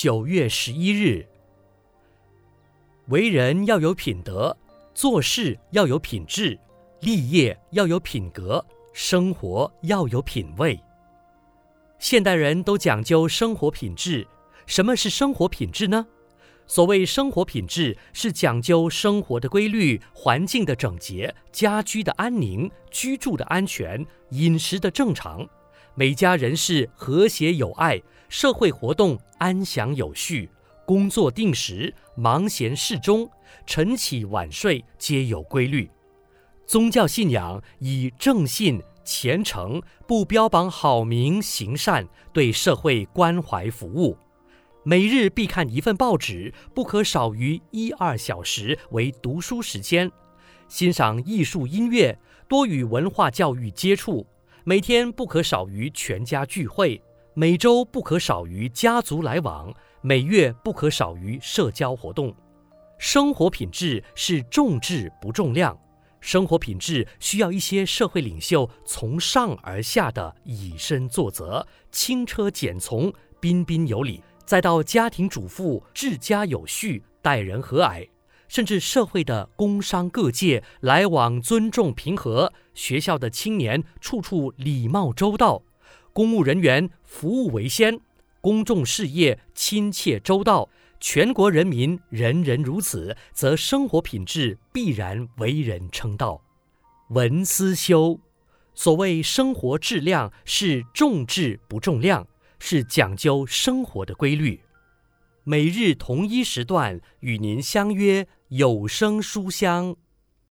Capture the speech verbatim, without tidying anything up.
九月十一日，为人要有品德，做事要有品质，立业要有品格，生活要有品味。现代人都讲究生活品质，什么是生活品质呢？所谓生活品质，是讲究生活的规律、环境的整洁、家居的安宁、居住的安全、饮食的正常，每家人士和谐有爱，社会活动安详有序，工作定时，忙闲适中，晨起晚睡皆有规律。宗教信仰以正信、虔诚，不标榜好名行善，对社会关怀服务。每日必看一份报纸，不可少于一二小时为读书时间。欣赏艺术音乐，多与文化教育接触。每天不可少于全家聚会，每周不可少于家族来往，每月不可少于社交活动。生活品质是重质不重量，生活品质需要一些社会领袖从上而下的以身作则，轻车简从，彬彬有礼，再到家庭主妇治家有序，待人和蔼，甚至社会的工商各界来往尊重平和，学校的青年处处礼貌周到，公务人员服务为先，公众事业亲切周到，全国人民人人如此，则生活品质必然为人称道。文思修，所谓生活质量是重质不重量，是讲究生活的规律。每日同一时段与您相约有声书香。